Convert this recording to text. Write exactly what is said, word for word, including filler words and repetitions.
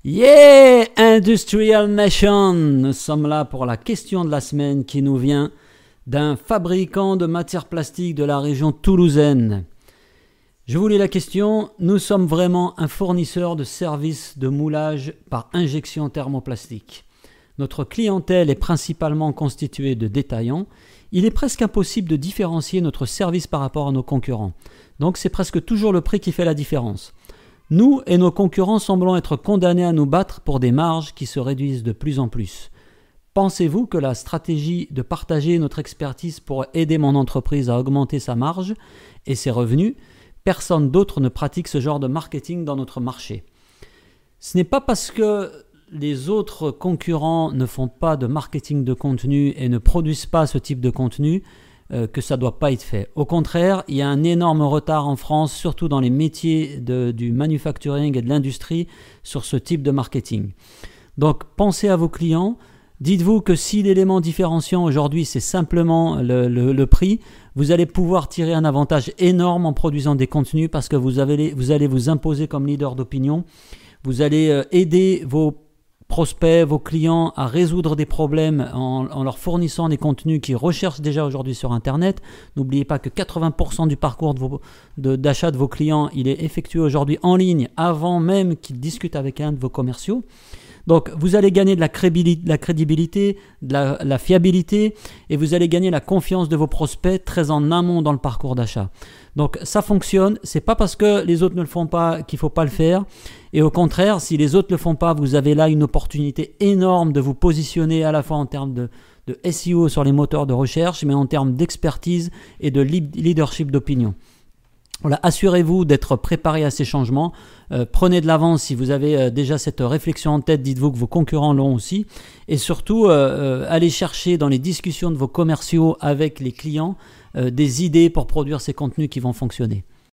Yeah, Industrial Nation! Nous sommes là pour la question de la semaine qui nous vient d'un fabricant de matières plastiques de la région toulousaine. Je vous lis la question. Nous sommes vraiment un fournisseur de services de moulage par injection thermoplastique. Notre clientèle est principalement constituée de détaillants. Il est presque impossible de différencier notre service par rapport à nos concurrents. Donc c'est presque toujours le prix qui fait la différence. Nous et nos concurrents semblons être condamnés à nous battre pour des marges qui se réduisent de plus en plus. Pensez-vous que la stratégie de partager notre expertise pour aider mon entreprise à augmenter sa marge et ses revenus, personne d'autre ne pratique ce genre de marketing dans notre marché. Ce n'est pas parce que les autres concurrents ne font pas de marketing de contenu et ne produisent pas ce type de contenu euh, que ça ne doit pas être fait. Au contraire, il y a un énorme retard en France, surtout dans les métiers de, du manufacturing et de l'industrie, sur ce type de marketing. Donc, pensez à vos clients. Dites-vous que si l'élément différenciant aujourd'hui, c'est simplement le, le, le prix, vous allez pouvoir tirer un avantage énorme en produisant des contenus parce que vous, avez, vous allez vous imposer comme leader d'opinion. Vous allez aider vos prospects, vos clients à résoudre des problèmes en, en leur fournissant des contenus qu'ils recherchent déjà aujourd'hui sur Internet. N'oubliez pas que quatre-vingts pour cent du parcours de vos, de, d'achat de vos clients, il est effectué aujourd'hui en ligne avant même qu'ils discutent avec un de vos commerciaux. Donc, vous allez gagner de la crédibilité, de la, crédibilité, de la, la fiabilité et vous allez gagner la confiance de vos prospects très en amont dans le parcours d'achat. Donc, ça fonctionne. C'est pas parce que les autres ne le font pas qu'il faut pas le faire. Et au contraire, si les autres ne le font pas, vous avez là une opportunité énorme de vous positionner à la fois en termes de, de S E O sur les moteurs de recherche, mais en termes d'expertise et de leadership d'opinion. Voilà, assurez-vous d'être préparé à ces changements. Euh, prenez de l'avance si vous avez euh, déjà cette réflexion en tête. Dites-vous que vos concurrents l'ont aussi. Et surtout, euh, euh, allez chercher dans les discussions de vos commerciaux avec les clients euh, des idées pour produire ces contenus qui vont fonctionner.